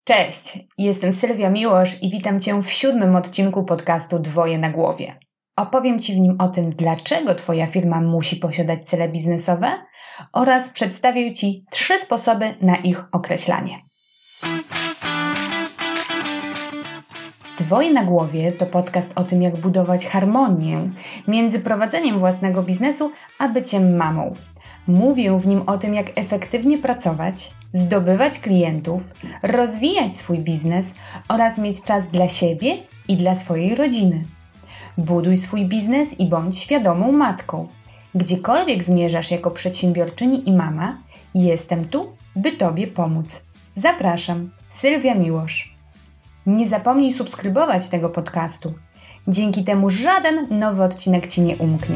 Cześć, jestem Sylwia Miłosz i witam Cię w 7. odcinku podcastu Dwoje na głowie. Opowiem Ci w nim o tym, dlaczego Twoja firma musi posiadać cele biznesowe oraz przedstawię Ci 3 sposoby na ich określanie. Dwoje na głowie to podcast o tym, jak budować harmonię między prowadzeniem własnego biznesu a byciem mamą. Mówię w nim o tym, jak efektywnie pracować, zdobywać klientów, rozwijać swój biznes oraz mieć czas dla siebie i dla swojej rodziny. Buduj swój biznes i bądź świadomą matką. Gdziekolwiek zmierzasz jako przedsiębiorczyni i mama, jestem tu, by Tobie pomóc. Zapraszam, Sylwia Miłosz. Nie zapomnij subskrybować tego podcastu. Dzięki temu żaden nowy odcinek Ci nie umknie.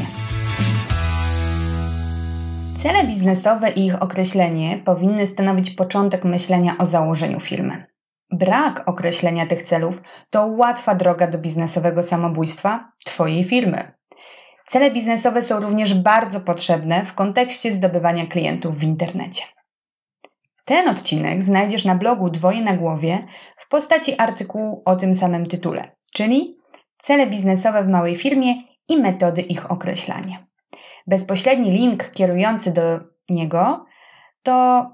Cele biznesowe i ich określenie powinny stanowić początek myślenia o założeniu firmy. Brak określenia tych celów to łatwa droga do biznesowego samobójstwa Twojej firmy. Cele biznesowe są również bardzo potrzebne w kontekście zdobywania klientów w internecie. Ten odcinek znajdziesz na blogu Dwoje na głowie w postaci artykułu o tym samym tytule, czyli Cele biznesowe w małej firmie i metody ich określania. Bezpośredni link kierujący do niego to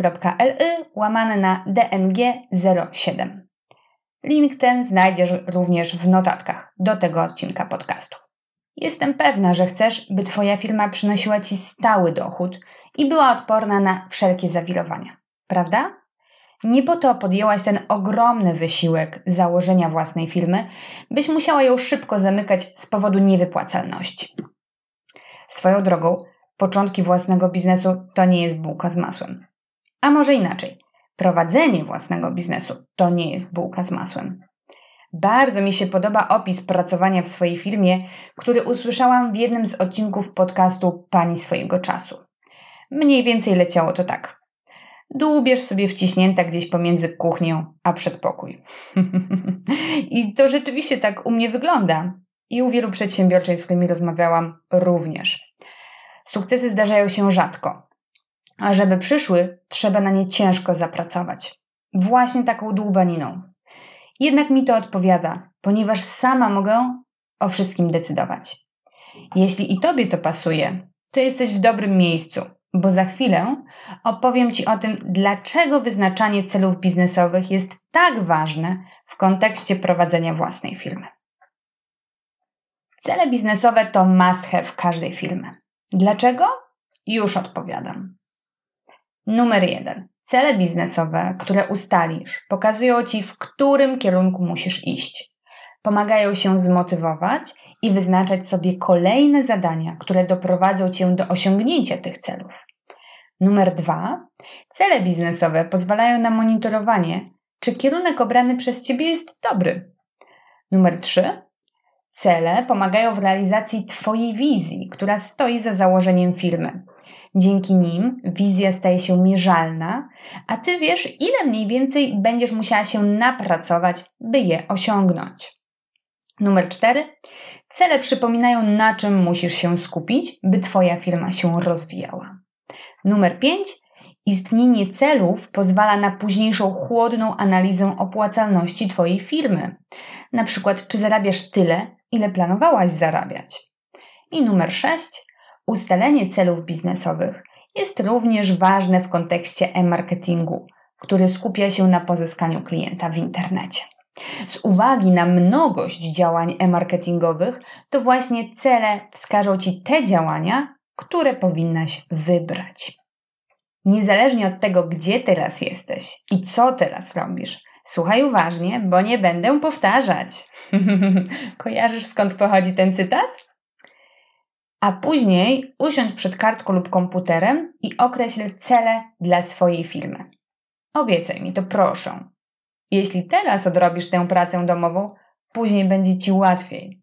bit.ly/DNG07. Link ten znajdziesz również w notatkach do tego odcinka podcastu. Jestem pewna, że chcesz, by Twoja firma przynosiła Ci stały dochód i była odporna na wszelkie zawirowania, prawda? Nie po to podjęłaś ten ogromny wysiłek założenia własnej firmy, byś musiała ją szybko zamykać z powodu niewypłacalności. Swoją drogą, początki własnego biznesu to nie jest bułka z masłem. A może inaczej, prowadzenie własnego biznesu to nie jest bułka z masłem. Bardzo mi się podoba opis pracowania w swojej firmie, który usłyszałam w jednym z odcinków podcastu Pani swojego czasu. Mniej więcej leciało to tak. Dłubiesz sobie wciśnięta gdzieś pomiędzy kuchnią a przedpokój. I to rzeczywiście tak u mnie wygląda. I u wielu przedsiębiorczych, z którymi rozmawiałam, również. Sukcesy zdarzają się rzadko, a żeby przyszły, trzeba na nie ciężko zapracować. Właśnie taką dłubaniną. Jednak mi to odpowiada, ponieważ sama mogę o wszystkim decydować. Jeśli i Tobie to pasuje, to jesteś w dobrym miejscu, bo za chwilę opowiem Ci o tym, dlaczego wyznaczanie celów biznesowych jest tak ważne w kontekście prowadzenia własnej firmy. Cele biznesowe to must have każdej firmy. Dlaczego? Już odpowiadam. Numer 1. Cele biznesowe, które ustalisz, pokazują Ci, w którym kierunku musisz iść. Pomagają się zmotywować i wyznaczać sobie kolejne zadania, które doprowadzą Cię do osiągnięcia tych celów. Numer 2. Cele biznesowe pozwalają na monitorowanie, czy kierunek obrany przez Ciebie jest dobry. Numer 3. Cele pomagają w realizacji Twojej wizji, która stoi za założeniem firmy. Dzięki nim wizja staje się mierzalna, a Ty wiesz, ile mniej więcej będziesz musiała się napracować, by je osiągnąć. Numer 4. Cele przypominają, na czym musisz się skupić, by Twoja firma się rozwijała. Numer 5. Istnienie celów pozwala na późniejszą chłodną analizę opłacalności Twojej firmy. Na przykład, czy zarabiasz tyle, ile planowałaś zarabiać. I numer 6. Ustalenie celów biznesowych jest również ważne w kontekście e-marketingu, który skupia się na pozyskaniu klienta w internecie. Z uwagi na mnogość działań e-marketingowych, to właśnie cele wskażą Ci te działania, które powinnaś wybrać. Niezależnie od tego, gdzie teraz jesteś i co teraz robisz, słuchaj uważnie, bo nie będę powtarzać. Kojarzysz, skąd pochodzi ten cytat? A później usiądź przed kartką lub komputerem i określ cele dla swojej firmy. Obiecaj mi to, proszę. Jeśli teraz odrobisz tę pracę domową, później będzie Ci łatwiej.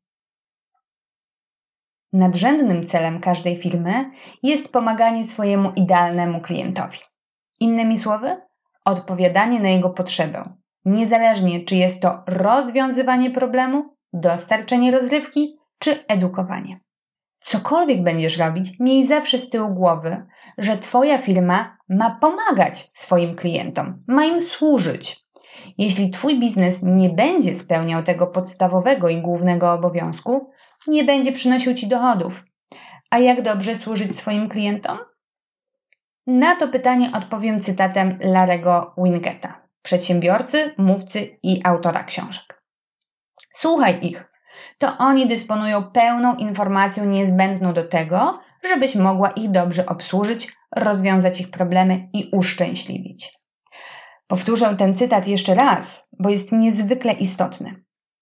Nadrzędnym celem każdej firmy jest pomaganie swojemu idealnemu klientowi. Innymi słowy, odpowiadanie na jego potrzebę, niezależnie czy jest to rozwiązywanie problemu, dostarczenie rozrywki czy edukowanie. Cokolwiek będziesz robić, miej zawsze z tyłu głowy, że Twoja firma ma pomagać swoim klientom, ma im służyć. Jeśli Twój biznes nie będzie spełniał tego podstawowego i głównego obowiązku, nie będzie przynosił Ci dochodów. A jak dobrze służyć swoim klientom? Na to pytanie odpowiem cytatem Larry'ego Wingata, przedsiębiorcy, mówcy i autora książek. Słuchaj ich. To oni dysponują pełną informacją niezbędną do tego, żebyś mogła ich dobrze obsłużyć, rozwiązać ich problemy i uszczęśliwić. Powtórzę ten cytat jeszcze raz, bo jest niezwykle istotny.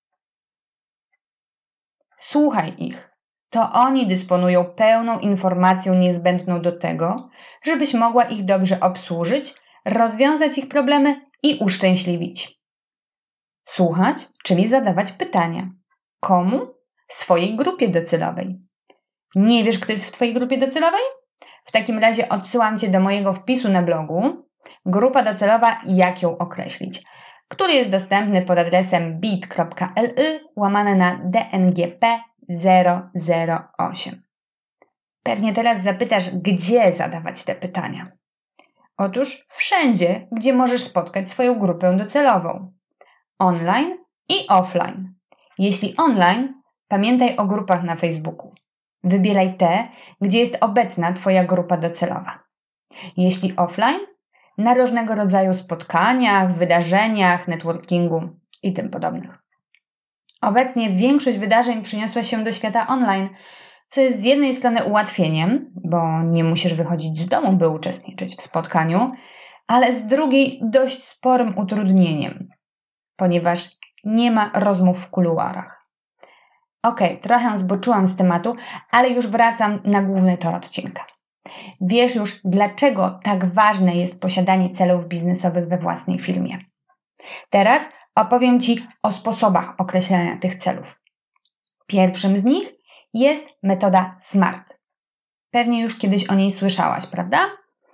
Słuchaj ich. To oni dysponują pełną informacją niezbędną do tego, żebyś mogła ich dobrze obsłużyć, rozwiązać ich problemy i uszczęśliwić. Słuchać, czyli zadawać pytania. Komu? Swojej grupie docelowej. Nie wiesz, kto jest w Twojej grupie docelowej? W takim razie odsyłam Cię do mojego wpisu na blogu Grupa docelowa, jak ją określić, który jest dostępny pod adresem bit.ly/dngp008. Pewnie teraz zapytasz, gdzie zadawać te pytania? Otóż wszędzie, gdzie możesz spotkać swoją grupę docelową. Online i offline. Jeśli online, pamiętaj o grupach na Facebooku. Wybieraj te, gdzie jest obecna Twoja grupa docelowa. Jeśli offline, na różnego rodzaju spotkaniach, wydarzeniach, networkingu i tym podobnych. Obecnie większość wydarzeń przyniosła się do świata online, co jest z jednej strony ułatwieniem, bo nie musisz wychodzić z domu, by uczestniczyć w spotkaniu, ale z drugiej dość sporym utrudnieniem, ponieważ nie ma rozmów w kuluarach. Trochę zboczyłam z tematu, ale już wracam na główny tor odcinka. Wiesz już, dlaczego tak ważne jest posiadanie celów biznesowych we własnej firmie. Teraz opowiem Ci o sposobach określania tych celów. Pierwszym z nich jest metoda SMART. Pewnie już kiedyś o niej słyszałaś, prawda?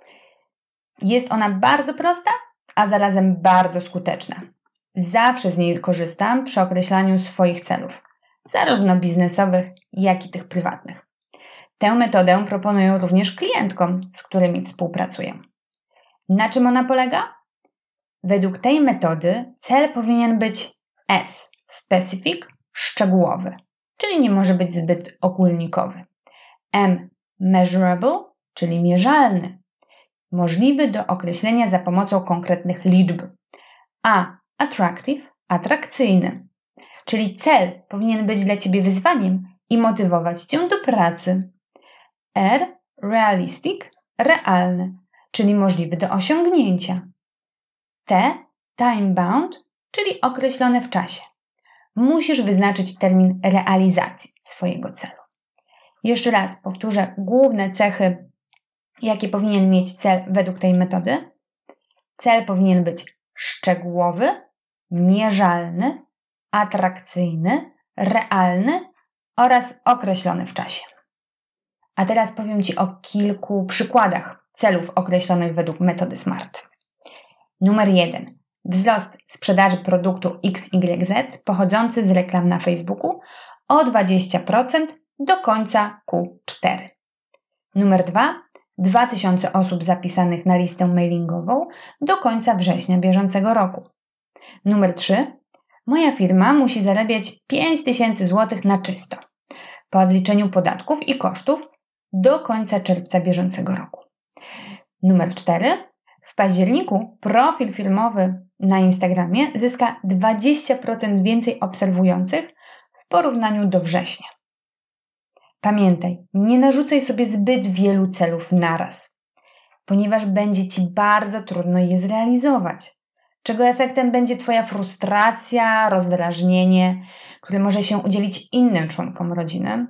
Jest ona bardzo prosta, a zarazem bardzo skuteczna. Zawsze z niej korzystam przy określaniu swoich celów, zarówno biznesowych, jak i tych prywatnych. Tę metodę proponuję również klientkom, z którymi współpracuję. Na czym ona polega? Według tej metody cel powinien być S, specific, szczegółowy, czyli nie może być zbyt ogólnikowy. M, measurable, czyli mierzalny, możliwy do określenia za pomocą konkretnych liczb. A, attractive, atrakcyjny, czyli cel powinien być dla Ciebie wyzwaniem i motywować Cię do pracy. R, realistic, realny, czyli możliwy do osiągnięcia. T, time-bound, czyli określone w czasie. Musisz wyznaczyć termin realizacji swojego celu. Jeszcze raz powtórzę główne cechy, jakie powinien mieć cel według tej metody. Cel powinien być szczegółowy, mierzalny, atrakcyjny, realny oraz określony w czasie. A teraz powiem Ci o kilku przykładach celów określonych według metody SMART. Numer 1. Wzrost sprzedaży produktu XYZ pochodzący z reklam na Facebooku o 20% do końca Q4. Numer 2. 2000 osób zapisanych na listę mailingową do końca września bieżącego roku. Numer 3. Moja firma musi zarabiać 5000 zł na czysto po odliczeniu podatków i kosztów do końca czerwca bieżącego roku. Numer 4. W październiku profil firmowy na Instagramie zyska 20% więcej obserwujących w porównaniu do września. Pamiętaj, nie narzucaj sobie zbyt wielu celów naraz, ponieważ będzie Ci bardzo trudno je zrealizować, czego efektem będzie Twoja frustracja, rozdrażnienie, które może się udzielić innym członkom rodziny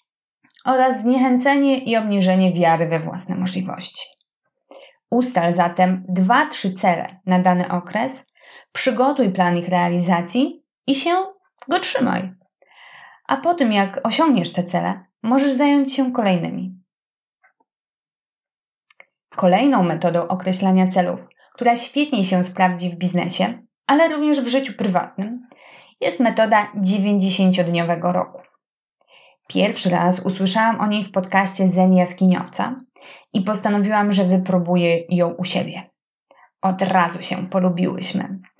oraz zniechęcenie i obniżenie wiary we własne możliwości. Ustal zatem 2-3 cele na dany okres, przygotuj plan ich realizacji i się go trzymaj. A po tym, jak osiągniesz te cele, możesz zająć się kolejnymi. Kolejną metodą określania celów, która świetnie się sprawdzi w biznesie, ale również w życiu prywatnym, jest metoda 90-dniowego roku. Pierwszy raz usłyszałam o niej w podcaście Zen Jaskiniowca i postanowiłam, że wypróbuję ją u siebie. Od razu się polubiłyśmy.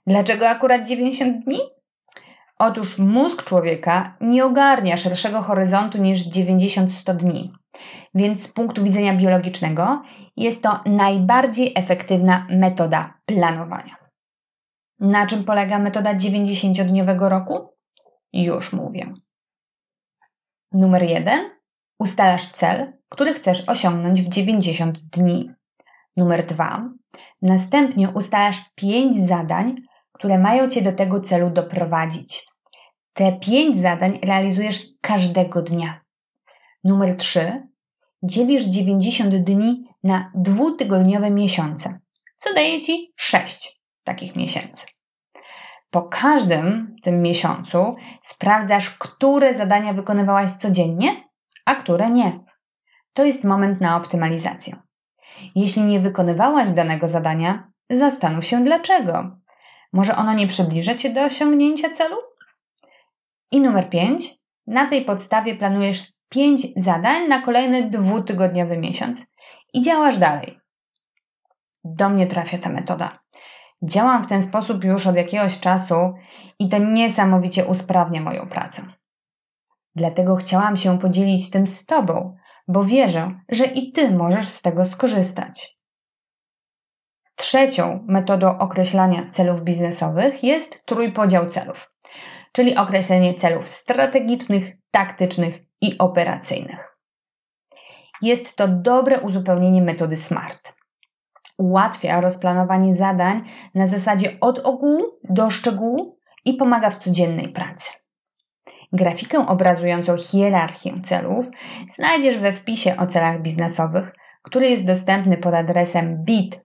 Dlaczego akurat 90 dni? Otóż mózg człowieka nie ogarnia szerszego horyzontu niż 90-100 dni, więc z punktu widzenia biologicznego jest to najbardziej efektywna metoda planowania. Na czym polega metoda 90-dniowego roku? Już mówię. Numer 1. Ustalasz cel, który chcesz osiągnąć w 90 dni. Numer 2. Następnie ustalasz 5 zadań, które mają Cię do tego celu doprowadzić. Te 5 zadań realizujesz każdego dnia. Numer 3. Dzielisz 90 dni na 2-tygodniowe miesiące, co daje Ci 6 takich miesięcy. Po każdym tym miesiącu sprawdzasz, które zadania wykonywałaś codziennie, a które nie. To jest moment na optymalizację. Jeśli nie wykonywałaś danego zadania, zastanów się dlaczego. Może ono nie przybliża Cię do osiągnięcia celu? I numer 5. Na tej podstawie planujesz 5 zadań na kolejny 2-tygodniowy miesiąc i działasz dalej. Do mnie trafia ta metoda. Działam w ten sposób już od jakiegoś czasu i to niesamowicie usprawnia moją pracę. Dlatego chciałam się podzielić tym z Tobą, bo wierzę, że i Ty możesz z tego skorzystać. Trzecią metodą określania celów biznesowych jest trójpodział celów, czyli określenie celów strategicznych, taktycznych i operacyjnych. Jest to dobre uzupełnienie metody SMART. Ułatwia rozplanowanie zadań na zasadzie od ogółu do szczegółu i pomaga w codziennej pracy. Grafikę obrazującą hierarchię celów znajdziesz we wpisie o celach biznesowych, który jest dostępny pod adresem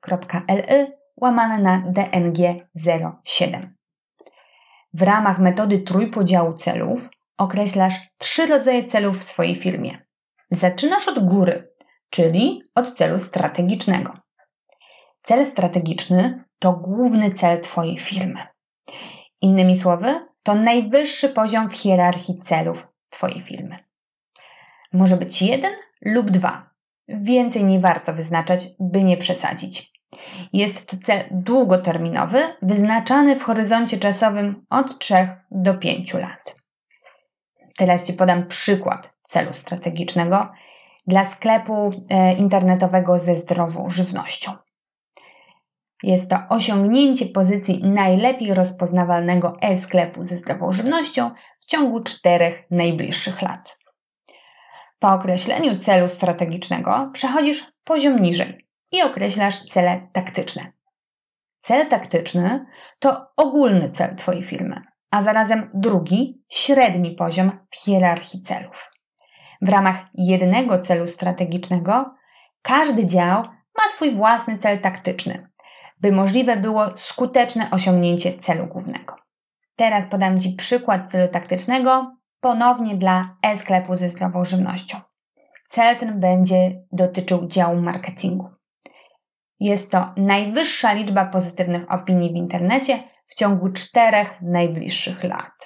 bit.ly/DNG07. W ramach metody trójpodziału celów określasz 3 rodzaje celów w swojej firmie. Zaczynasz od góry, czyli od celu strategicznego. Cel strategiczny to główny cel Twojej firmy. Innymi słowy, to najwyższy poziom w hierarchii celów Twojej firmy. Może być 1 lub 2. Więcej nie warto wyznaczać, by nie przesadzić. Jest to cel długoterminowy, wyznaczany w horyzoncie czasowym od 3 do 5 lat. Teraz Ci podam przykład celu strategicznego dla sklepu internetowego ze zdrową żywnością. Jest to osiągnięcie pozycji najlepiej rozpoznawalnego e-sklepu ze zdrową żywnością w ciągu 4 najbliższych lat. Po określeniu celu strategicznego przechodzisz poziom niżej i określasz cele taktyczne. Cel taktyczny to ogólny cel Twojej firmy, a zarazem drugi, średni poziom w hierarchii celów. W ramach jednego celu strategicznego każdy dział ma swój własny cel taktyczny, by możliwe było skuteczne osiągnięcie celu głównego. Teraz podam Ci przykład celu taktycznego, ponownie dla e-sklepu ze zdrową żywnością. Cel ten będzie dotyczył działu marketingu. Jest to najwyższa liczba pozytywnych opinii w internecie w ciągu 4 najbliższych lat.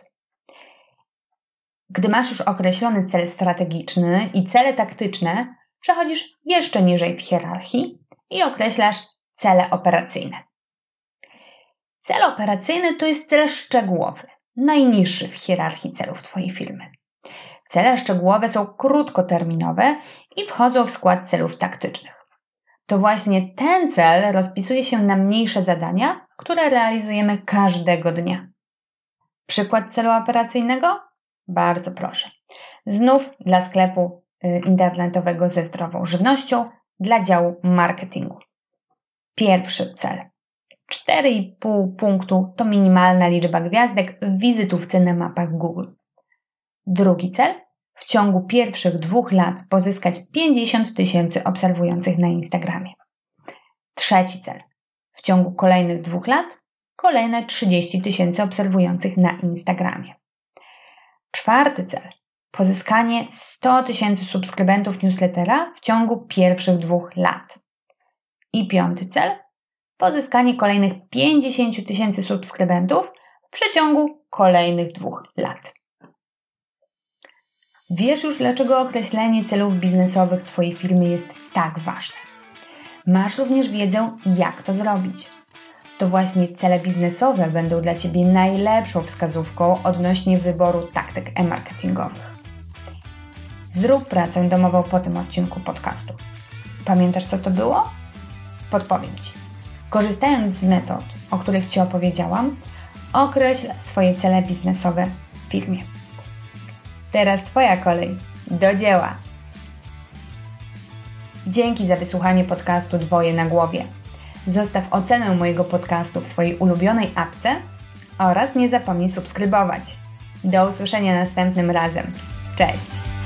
Gdy masz już określony cel strategiczny i cele taktyczne, przechodzisz jeszcze niżej w hierarchii i określasz cele operacyjne. Cel operacyjny to jest cel szczegółowy, najniższy w hierarchii celów Twojej firmy. Cele szczegółowe są krótkoterminowe i wchodzą w skład celów taktycznych. To właśnie ten cel rozpisuje się na mniejsze zadania, które realizujemy każdego dnia. Przykład celu operacyjnego? Bardzo proszę. Znów dla sklepu internetowego ze zdrową żywnością, dla działu marketingu. Pierwszy cel. 4,5 punktu to minimalna liczba gwiazdek w wizytówce na mapach Google. Drugi cel. W ciągu pierwszych 2 lat pozyskać 50 000 obserwujących na Instagramie. Trzeci cel. W ciągu kolejnych 2 lat kolejne 30 000 obserwujących na Instagramie. Czwarty cel. Pozyskanie 100 000 subskrybentów newslettera w ciągu pierwszych 2 lat. I piąty cel. Pozyskanie kolejnych 50 000 subskrybentów w przeciągu kolejnych 2 lat. Wiesz już, dlaczego określenie celów biznesowych Twojej firmy jest tak ważne. Masz również wiedzę, jak to zrobić. to właśnie cele biznesowe będą dla Ciebie najlepszą wskazówką odnośnie wyboru taktyk e-marketingowych. Zrób pracę domową po tym odcinku podcastu. Pamiętasz, co to było? Podpowiem Ci. Korzystając z metod, o których Ci opowiedziałam, określ swoje cele biznesowe w firmie. Teraz Twoja kolej. Do dzieła! Dzięki za wysłuchanie podcastu Dwoje na głowie. Zostaw ocenę mojego podcastu w swojej ulubionej apce oraz nie zapomnij subskrybować. Do usłyszenia następnym razem. Cześć!